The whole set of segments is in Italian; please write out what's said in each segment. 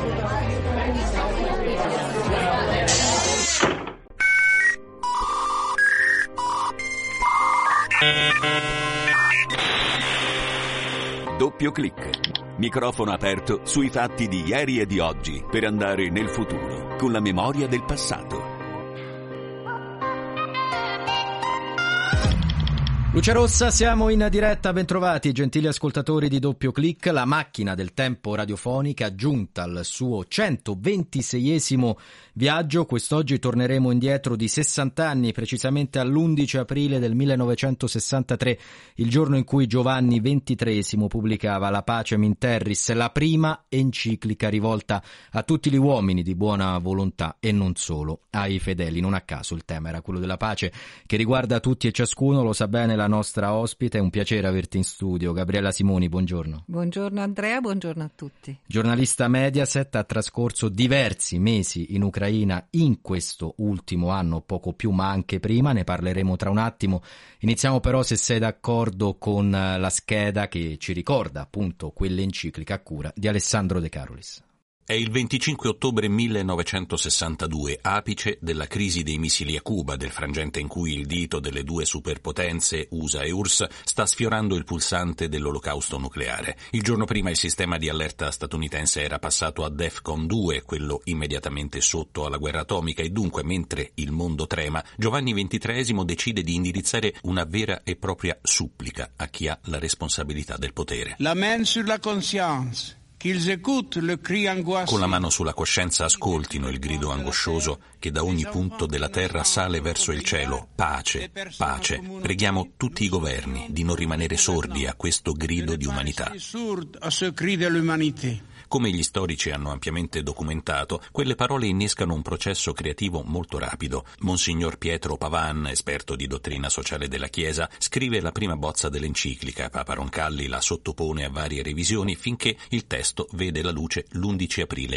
Doppio clic. Microfono aperto sui fatti di ieri e di oggi per andare nel futuro con la memoria del passato. Luce Rossa, siamo in diretta, bentrovati gentili ascoltatori di Doppio Clic. La macchina del tempo radiofonica giunta al suo 126esimo viaggio. Quest'oggi torneremo indietro di 60 anni, precisamente all'11 aprile del 1963, il giorno in cui Giovanni XXIII pubblicava la Pacem in Terris, la prima enciclica rivolta a tutti gli uomini di buona volontà e non solo ai fedeli. Non a caso il tema era quello della pace, che riguarda tutti e ciascuno, lo sa bene la nostra ospite. È un piacere averti in studio. Gabriella Simoni, buongiorno. Buongiorno Andrea, buongiorno a tutti. Giornalista Mediaset, ha trascorso diversi mesi in Ucraina in questo ultimo anno, poco più ma anche prima, ne parleremo tra un attimo. Iniziamo però, se sei d'accordo, con la scheda che ci ricorda appunto quell'enciclica a cura di Alessandro De Carolis. È il 25 ottobre 1962, apice della crisi dei missili a Cuba, del frangente in cui il dito delle due superpotenze, USA e URSS, sta sfiorando il pulsante dell'olocausto nucleare. Il giorno prima il sistema di allerta statunitense era passato a DEFCON 2, quello immediatamente sotto alla guerra atomica, e dunque, mentre il mondo trema, Giovanni XXIII decide di indirizzare una vera e propria supplica a chi ha la responsabilità del potere. La main sur la conscience. Con la mano sulla coscienza ascoltino il grido angoscioso che da ogni punto della terra sale verso il cielo. Pace, pace. Preghiamo tutti i governi di non rimanere sordi a questo grido di umanità. Come gli storici hanno ampiamente documentato, quelle parole innescano un processo creativo molto rapido. Monsignor Pietro Pavan, esperto di dottrina sociale della Chiesa, scrive la prima bozza dell'enciclica. Papa Roncalli la sottopone a varie revisioni finché il testo vede la luce l'11 aprile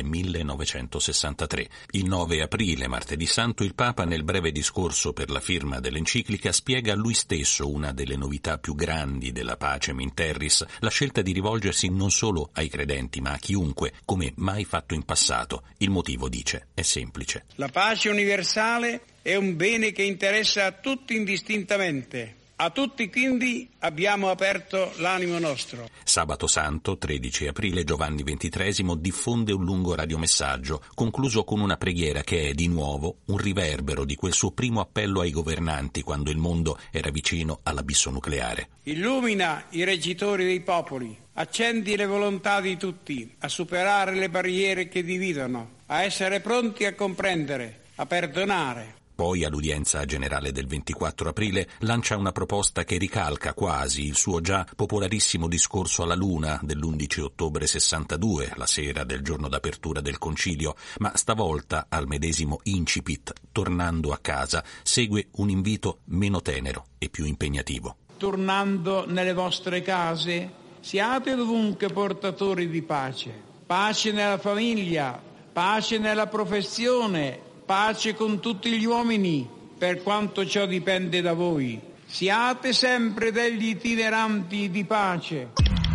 1963. Il 9 aprile, martedì santo, il Papa, nel breve discorso per la firma dell'enciclica, spiega lui stesso una delle novità più grandi della Pacem in Terris, la scelta di rivolgersi non solo ai credenti ma a chiunque, come mai fatto in passato. Il motivo, dice, è semplice. La pace universale è un bene che interessa a tutti indistintamente. A tutti quindi abbiamo aperto l'animo nostro. Sabato Santo, 13 aprile, Giovanni XXIII diffonde un lungo radiomessaggio, concluso con una preghiera che è, di nuovo, un riverbero di quel suo primo appello ai governanti quando il mondo era vicino all'abisso nucleare. Illumina i reggitori dei popoli, accendi le volontà di tutti a superare le barriere che dividono, a essere pronti a comprendere, a perdonare. Poi, all'udienza generale del 24 aprile, lancia una proposta che ricalca quasi il suo già popolarissimo discorso alla Luna dell'11 ottobre 62, la sera del giorno d'apertura del concilio, ma stavolta al medesimo incipit, tornando a casa, segue un invito meno tenero e più impegnativo. Tornando nelle vostre case, siate dovunque portatori di pace. Pace nella famiglia, pace nella professione, pace con tutti gli uomini, per quanto ciò dipende da voi. Siate sempre degli itineranti di pace.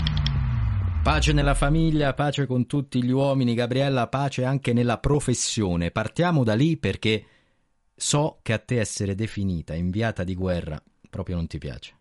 Pace nella famiglia, pace con tutti gli uomini. Gabriella, pace anche nella professione. Partiamo da lì, perché so che a te essere definita inviata di guerra proprio non ti piace.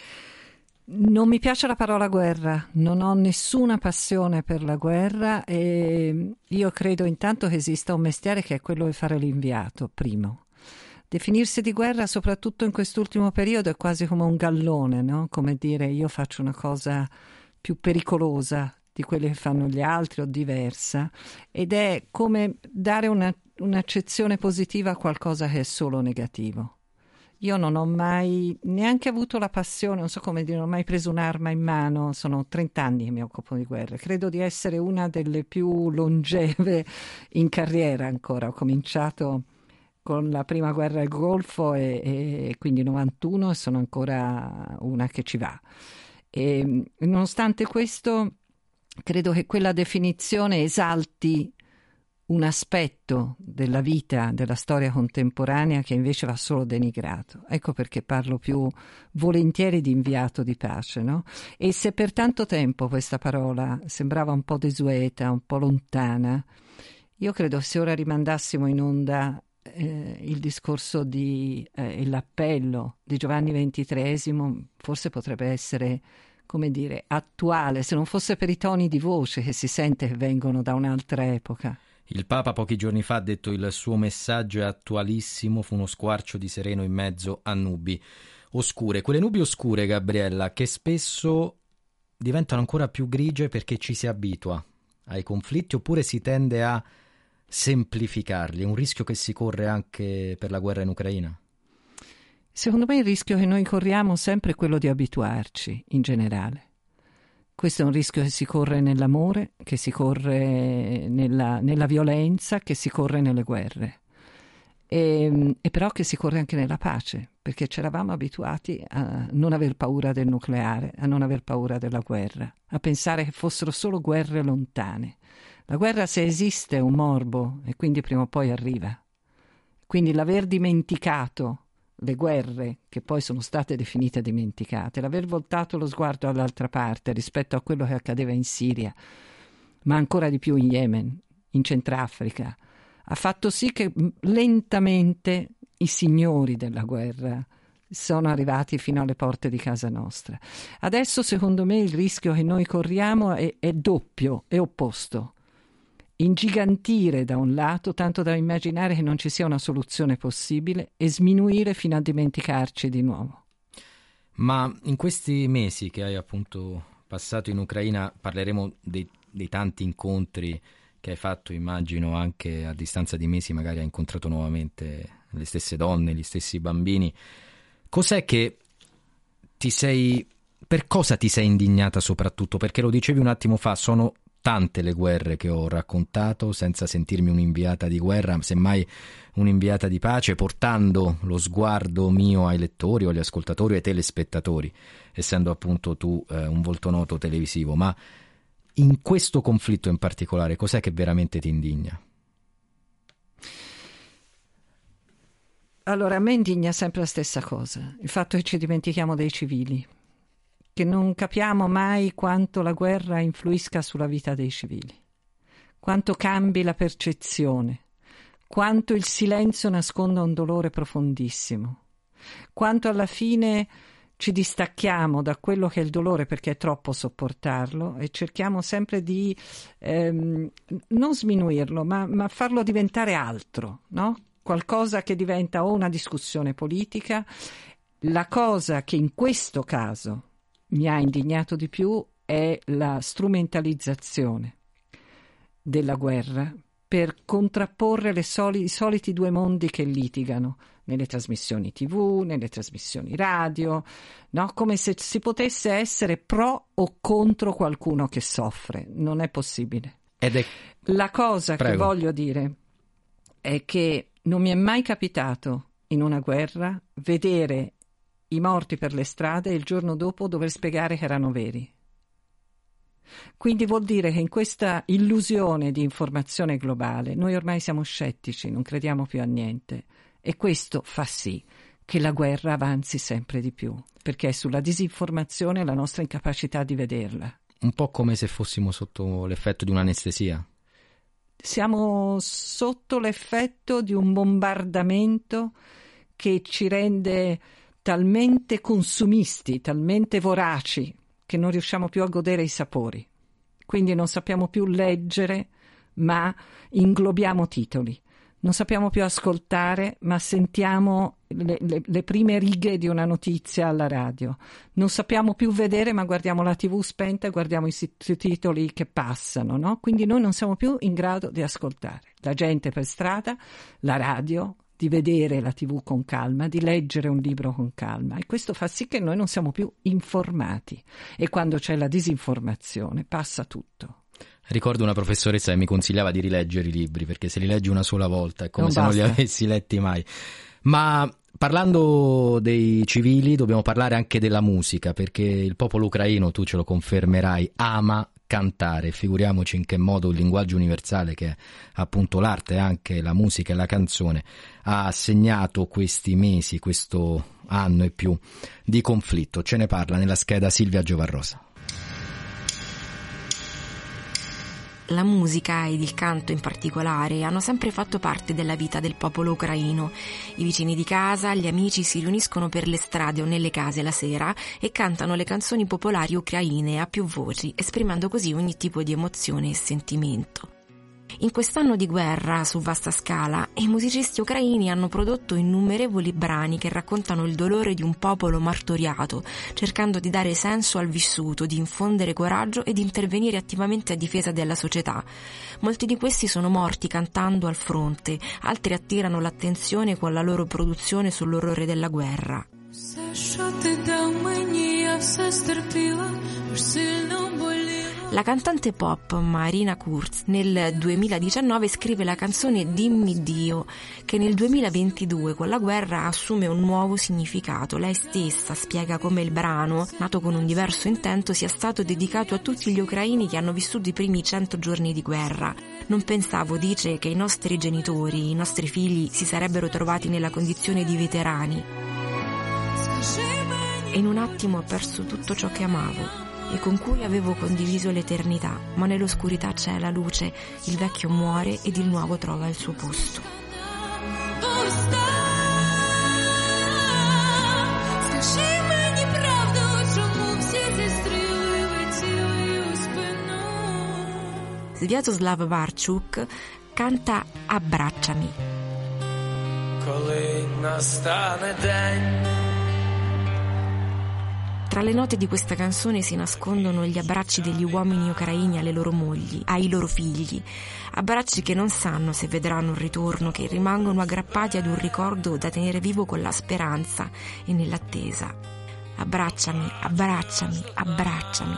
Non mi piace la parola guerra, non ho nessuna passione per la guerra e io credo intanto che esista un mestiere che è quello di fare l'inviato, primo. Definirsi di guerra, soprattutto in quest'ultimo periodo, è quasi come un gallone, no? Come dire io faccio una cosa più pericolosa di quelle che fanno gli altri o diversa, ed è come dare un'accezione positiva a qualcosa che è solo negativo. Io non ho mai neanche avuto la passione, non so come dire, non ho mai preso un'arma in mano, sono 30 anni che mi occupo di guerra, credo di essere una delle più longeve in carriera ancora, ho cominciato con la prima guerra del Golfo e quindi 91 e sono ancora una che ci va. E nonostante questo credo che quella definizione esalti un aspetto della vita, della storia contemporanea che invece va solo denigrato. Ecco perché parlo più volentieri di inviato di pace, no? E se per tanto tempo questa parola sembrava un po' desueta, un po' lontana, io credo se ora rimandassimo in onda il discorso e l'appello di Giovanni XXIII, forse potrebbe essere, come dire, attuale, se non fosse per i toni di voce che si sente che vengono da un'altra epoca. Il Papa pochi giorni fa ha detto: il suo messaggio è attualissimo, fu uno squarcio di sereno in mezzo a nubi oscure. Quelle nubi oscure, Gabriella, che spesso diventano ancora più grigie perché ci si abitua ai conflitti oppure si tende a semplificarli. È un rischio che si corre anche per la guerra in Ucraina? Secondo me il rischio che noi corriamo sempre è quello di abituarci in generale. Questo è un rischio che si corre nell'amore, che si corre nella violenza, che si corre nelle guerre. E però che si corre anche nella pace, perché ci eravamo abituati a non aver paura del nucleare, a non aver paura della guerra, a pensare che fossero solo guerre lontane. La guerra, se esiste, è un morbo e quindi prima o poi arriva. Quindi l'aver dimenticato le guerre, che poi sono state definite dimenticate, l'aver voltato lo sguardo all'altra parte rispetto a quello che accadeva in Siria, ma ancora di più in Yemen, in Centrafrica, ha fatto sì che lentamente i signori della guerra sono arrivati fino alle porte di casa nostra. Adesso, secondo me, il rischio che noi corriamo è doppio, è opposto. Ingigantire da un lato, tanto da immaginare che non ci sia una soluzione possibile, e sminuire fino a dimenticarci di nuovo. Ma in questi mesi che hai appunto passato in Ucraina parleremo dei tanti incontri che hai fatto, immagino anche a distanza di mesi magari hai incontrato nuovamente le stesse donne, gli stessi bambini. Cos'è che per cosa ti sei indignata soprattutto? Perché lo dicevi un attimo fa, sono tante le guerre che ho raccontato senza sentirmi un'inviata di guerra, semmai un'inviata di pace, portando lo sguardo mio ai lettori o agli ascoltatori o ai telespettatori, essendo appunto tu un volto noto televisivo. Ma in questo conflitto in particolare, cos'è che veramente ti indigna? Allora, a me indigna sempre la stessa cosa, il fatto che ci dimentichiamo dei civili, che non capiamo mai quanto la guerra influisca sulla vita dei civili, quanto cambi la percezione, quanto il silenzio nasconda un dolore profondissimo, quanto alla fine ci distacchiamo da quello che è il dolore perché è troppo sopportarlo e cerchiamo sempre di non sminuirlo, ma farlo diventare altro, no? Qualcosa che diventa o una discussione politica. La cosa che in questo caso mi ha indignato di più è la strumentalizzazione della guerra per contrapporre i soliti due mondi che litigano nelle trasmissioni TV, nelle trasmissioni radio, no? Come se si potesse essere pro o contro qualcuno che soffre. Non è possibile. La cosa che voglio dire è che non mi è mai capitato in una guerra vedere i morti per le strade e il giorno dopo dover spiegare che erano veri. Quindi vuol dire che in questa illusione di informazione globale noi ormai siamo scettici, non crediamo più a niente, e questo fa sì che la guerra avanzi sempre di più, perché è sulla disinformazione la nostra incapacità di vederla. Un po' come se fossimo sotto l'effetto di un'anestesia. Siamo sotto l'effetto di un bombardamento che ci rende talmente consumisti, talmente voraci, che non riusciamo più a godere i sapori. Quindi non sappiamo più leggere, ma inglobiamo titoli. Non sappiamo più ascoltare, ma sentiamo le prime righe di una notizia alla radio. Non sappiamo più vedere, ma guardiamo la TV spenta e guardiamo i titoli che passano, no? Quindi noi non siamo più in grado di ascoltare la gente per strada, la radio, di vedere la TV con calma, di leggere un libro con calma, e questo fa sì che noi non siamo più informati, e quando c'è la disinformazione passa tutto. Ricordo una professoressa che mi consigliava di rileggere i libri, perché se li leggi una sola volta è come se non li avessi letti mai. Ma parlando dei civili dobbiamo parlare anche della musica, perché il popolo ucraino, tu ce lo confermerai, ama cantare, figuriamoci in che modo il linguaggio universale, che è appunto l'arte, anche la musica e la canzone, ha segnato questi mesi, questo anno e più di conflitto. Ce ne parla nella scheda Silvia Giovarrosa. La musica ed il canto in particolare hanno sempre fatto parte della vita del popolo ucraino. I vicini di casa, gli amici si riuniscono per le strade o nelle case la sera e cantano le canzoni popolari ucraine a più voci, esprimendo così ogni tipo di emozione e sentimento. In quest'anno di guerra su vasta scala, i musicisti ucraini hanno prodotto innumerevoli brani che raccontano il dolore di un popolo martoriato, cercando di dare senso al vissuto, di infondere coraggio e di intervenire attivamente a difesa della società. Molti di questi sono morti cantando al fronte, altri attirano l'attenzione con la loro produzione sull'orrore della guerra. La cantante pop Marina Kurz nel 2019 scrive la canzone Dimmi Dio, che nel 2022 con la guerra assume un nuovo significato. Lei stessa spiega come il brano, nato con un diverso intento, sia stato dedicato a tutti gli ucraini che hanno vissuto i primi 100 giorni di guerra. Non pensavo, dice, che i nostri genitori, i nostri figli si sarebbero trovati nella condizione di veterani. E in un attimo ho perso tutto ciò che amavo e con cui avevo condiviso l'eternità, ma nell'oscurità c'è la luce, il vecchio muore ed il nuovo trova il suo posto. Sviatoslav Varchuk canta Abbracciami. Коли настане день. Tra le note di questa canzone si nascondono gli abbracci degli uomini ucraini alle loro mogli, ai loro figli, abbracci che non sanno se vedranno un ritorno, che rimangono aggrappati ad un ricordo da tenere vivo con la speranza e nell'attesa. Abbracciami, abbracciami, abbracciami.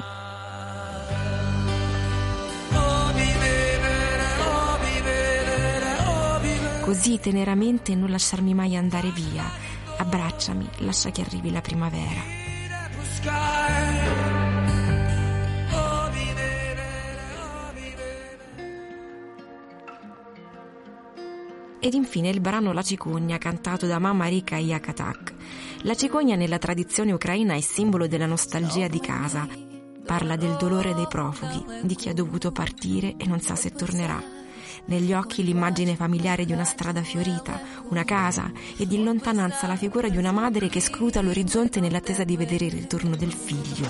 Così teneramente non lasciarmi mai andare via. Abbracciami, lascia che arrivi la primavera. Ed infine il brano La cicogna, cantato da Mamma Rika Yakatak. La cicogna nella tradizione ucraina è simbolo della nostalgia di casa. Parla del dolore dei profughi, di chi ha dovuto partire e non sa se tornerà. Negli occhi l'immagine familiare di una strada fiorita, una casa, ed in lontananza la figura di una madre che scruta l'orizzonte nell'attesa di vedere il ritorno del figlio.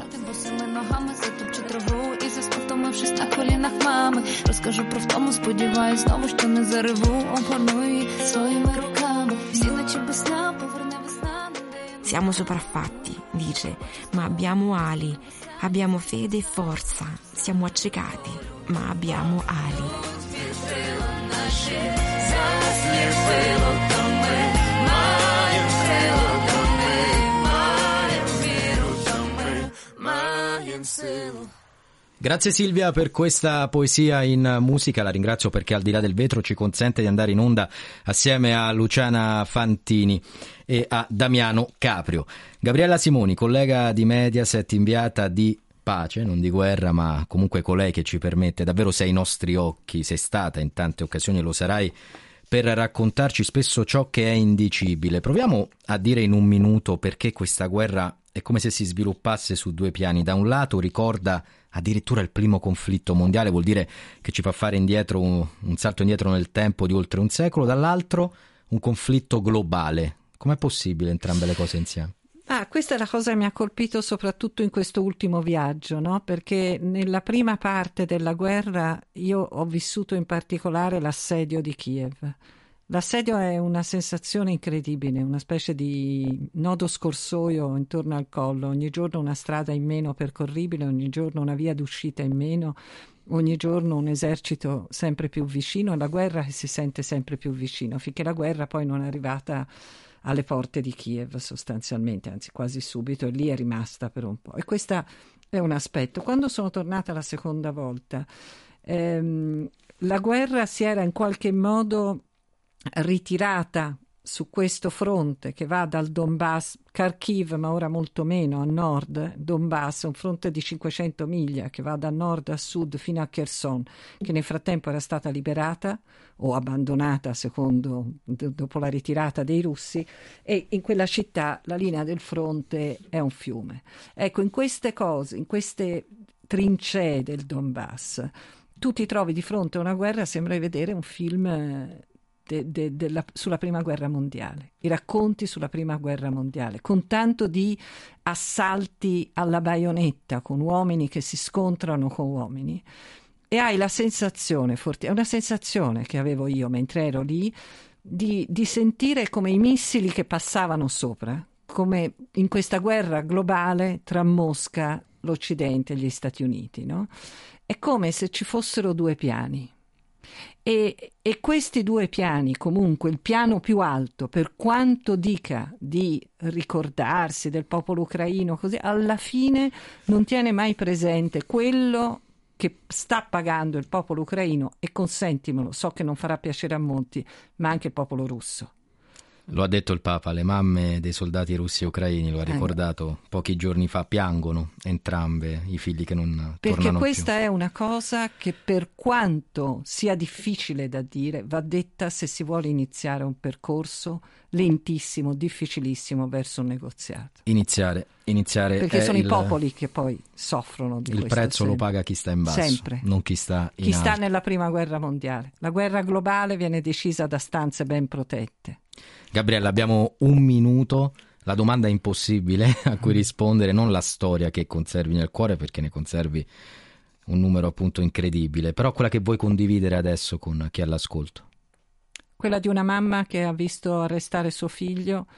Siamo sopraffatti, dice, ma abbiamo ali, abbiamo fede e forza, siamo accecati, ma abbiamo ali. Grazie Silvia per questa poesia in musica, la ringrazio perché al di là del vetro ci consente di andare in onda assieme a Luciana Fantini e a Damiano Caprio. Gabriella Simoni, collega di Mediaset, inviata di pace, non di guerra, ma comunque colei che ci permette, davvero sei ai nostri occhi, sei stata in tante occasioni e lo sarai per raccontarci spesso ciò che è indicibile. Proviamo a dire in un minuto perché questa guerra è come se si sviluppasse su due piani. Da un lato ricorda addirittura il primo conflitto mondiale, vuol dire che ci fa fare indietro un salto indietro nel tempo di oltre un secolo, dall'altro un conflitto globale. Com'è possibile entrambe le cose insieme? Questa è la cosa che mi ha colpito soprattutto in questo ultimo viaggio, no? Perché nella prima parte della guerra io ho vissuto in particolare l'assedio di Kiev. L'assedio è una sensazione incredibile, una specie di nodo scorsoio intorno al collo, ogni giorno una strada in meno percorribile, ogni giorno una via d'uscita in meno, ogni giorno un esercito sempre più vicino e la guerra che si sente sempre più vicino, finché la guerra poi non è arrivata alle porte di Kiev sostanzialmente, anzi quasi subito, e lì è rimasta per un po'. E questo è un aspetto. Quando sono tornata la seconda volta, la guerra si era in qualche modo ritirata su questo fronte che va dal Donbass, Kharkiv, ma ora molto meno, a nord, Donbass, un fronte di 500 miglia che va da nord a sud fino a Kherson, che nel frattempo era stata liberata o abbandonata secondo dopo la ritirata dei russi, e in quella città la linea del fronte è un fiume. Ecco, in queste cose, in queste trincee del Donbass, tu ti trovi di fronte a una guerra, sembra di vedere un film sulla prima guerra mondiale, i racconti sulla prima guerra mondiale, con tanto di assalti alla baionetta, con uomini che si scontrano con uomini, e hai la sensazione forte, è una sensazione che avevo io mentre ero lì, di sentire come i missili che passavano sopra, come in questa guerra globale tra Mosca, l'Occidente e gli Stati Uniti, no? È come se ci fossero due piani. E questi due piani, comunque il piano più alto, per quanto dica di ricordarsi del popolo ucraino, così alla fine non tiene mai presente quello che sta pagando il popolo ucraino, e consentimelo, so che non farà piacere a molti, ma anche il popolo russo. Lo ha detto il Papa, le mamme dei soldati russi e ucraini, lo ha ricordato pochi giorni fa, piangono entrambe i figli che non tornano più. Perché questa è una cosa che, per quanto sia difficile da dire, va detta se si vuole iniziare un percorso lentissimo, difficilissimo verso un negoziato. Iniziare perché sono i popoli che poi soffrono di questo. Il prezzo sempre. Lo paga chi sta in basso, sempre. Non chi sta in chi alto. sta nella prima guerra mondiale. La guerra globale viene decisa da stanze ben protette. Gabriella, abbiamo un minuto. La domanda impossibile a cui rispondere, non la storia che conservi nel cuore, perché ne conservi un numero appunto incredibile, però quella che vuoi condividere adesso con chi è all'ascolto. Quella di una mamma che ha visto arrestare suo figlio,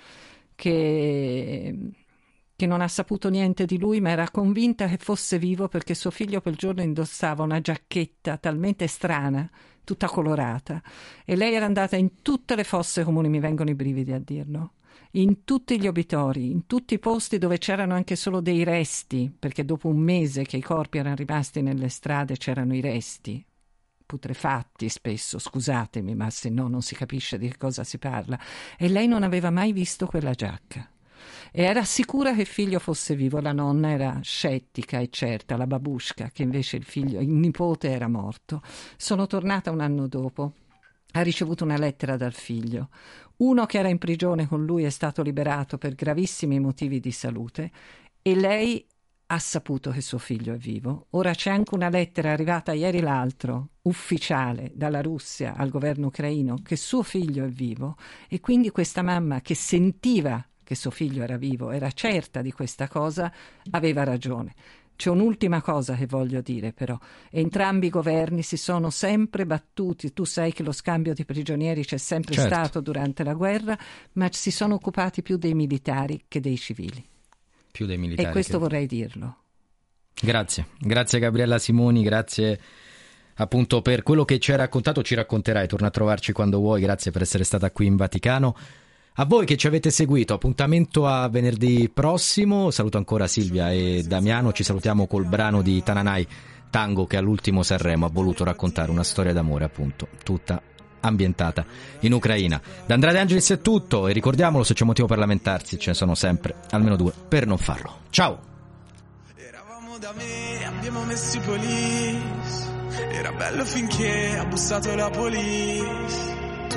che non ha saputo niente di lui, ma era convinta che fosse vivo perché suo figlio quel giorno indossava una giacchetta talmente strana, tutta colorata, e lei era andata in tutte le fosse comuni, mi vengono i brividi a dirlo, in tutti gli obitori, in tutti i posti dove c'erano anche solo dei resti, perché dopo un mese che i corpi erano rimasti nelle strade c'erano i resti, putrefatti spesso, scusatemi, ma se no non si capisce di che cosa si parla, e lei non aveva mai visto quella giacca. E era sicura che il figlio fosse vivo, la nonna era scettica e certa, la babushka, che invece il nipote era morto. Sono tornata un anno dopo, ha ricevuto una lettera dal figlio. Uno che era in prigione con lui è stato liberato per gravissimi motivi di salute, e lei ha saputo che suo figlio è vivo. Ora c'è anche una lettera arrivata ieri l'altro, ufficiale, dalla Russia al governo ucraino, che suo figlio è vivo, e quindi questa mamma che sentiva che suo figlio era vivo, era certa di questa cosa, aveva ragione. C'è un'ultima cosa che voglio dire però, entrambi i governi si sono sempre battuti, tu sai che lo scambio di prigionieri c'è sempre stato durante la guerra, ma si sono occupati più dei militari che dei civili. Più dei militari. E questo vorrei dirlo. Grazie Gabriella Simoni, grazie appunto per quello che ci hai raccontato, ci racconterai, torna a trovarci quando vuoi, grazie per essere stata qui in Vaticano. A voi che ci avete seguito, appuntamento a venerdì prossimo. Saluto ancora Silvia e Damiano, ci salutiamo col brano di Tananai, Tango, che all'ultimo Sanremo ha voluto raccontare una storia d'amore, appunto, tutta ambientata in Ucraina. Da Andrea De Angelis è tutto, e ricordiamolo, se c'è motivo per lamentarsi ce ne sono sempre almeno due per non farlo. Ciao! Eravamo da me, abbiamo messo i police, era bello finché ha bussato la police.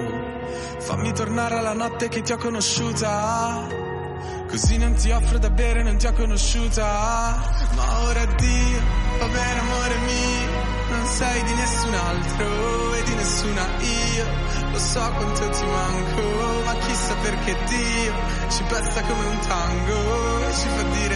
Fammi tornare alla notte che ti ho conosciuta, così non ti offro da bere, non ti ho conosciuta. Ma ora addio, va bene amore mio, non sei di nessun altro e di nessuna io. Lo so quanto ti manco, ma chissà perché Dio ci pezza come un tango e ci fa dire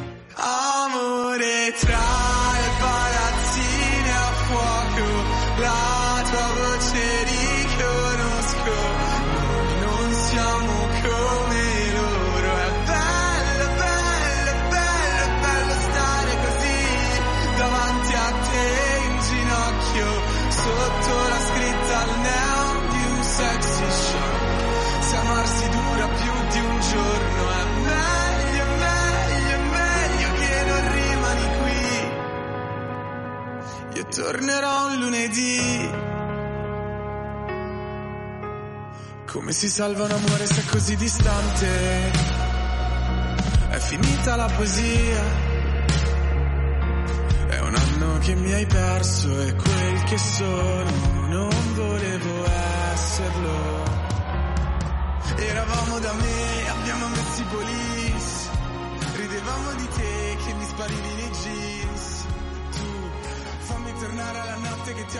amore tra le palazzine a fuoco, la tua voce riconosco. Siamo come loro, è bello, bello, bello, bello stare così davanti a te in ginocchio, sotto la scritta al neon di un sexy show. Se amarsi dura più di un giorno è meglio, meglio, meglio che non rimani qui. Io tornerò un lunedì Come si salva un amore se è così distante? È finita la poesia. È un anno che mi hai perso e quel che sono non volevo esserlo. Eravamo da me, abbiamo messo i police. Ridevamo di te che mi sparivi nei jeans. Tu fammi tornare alla notte che ti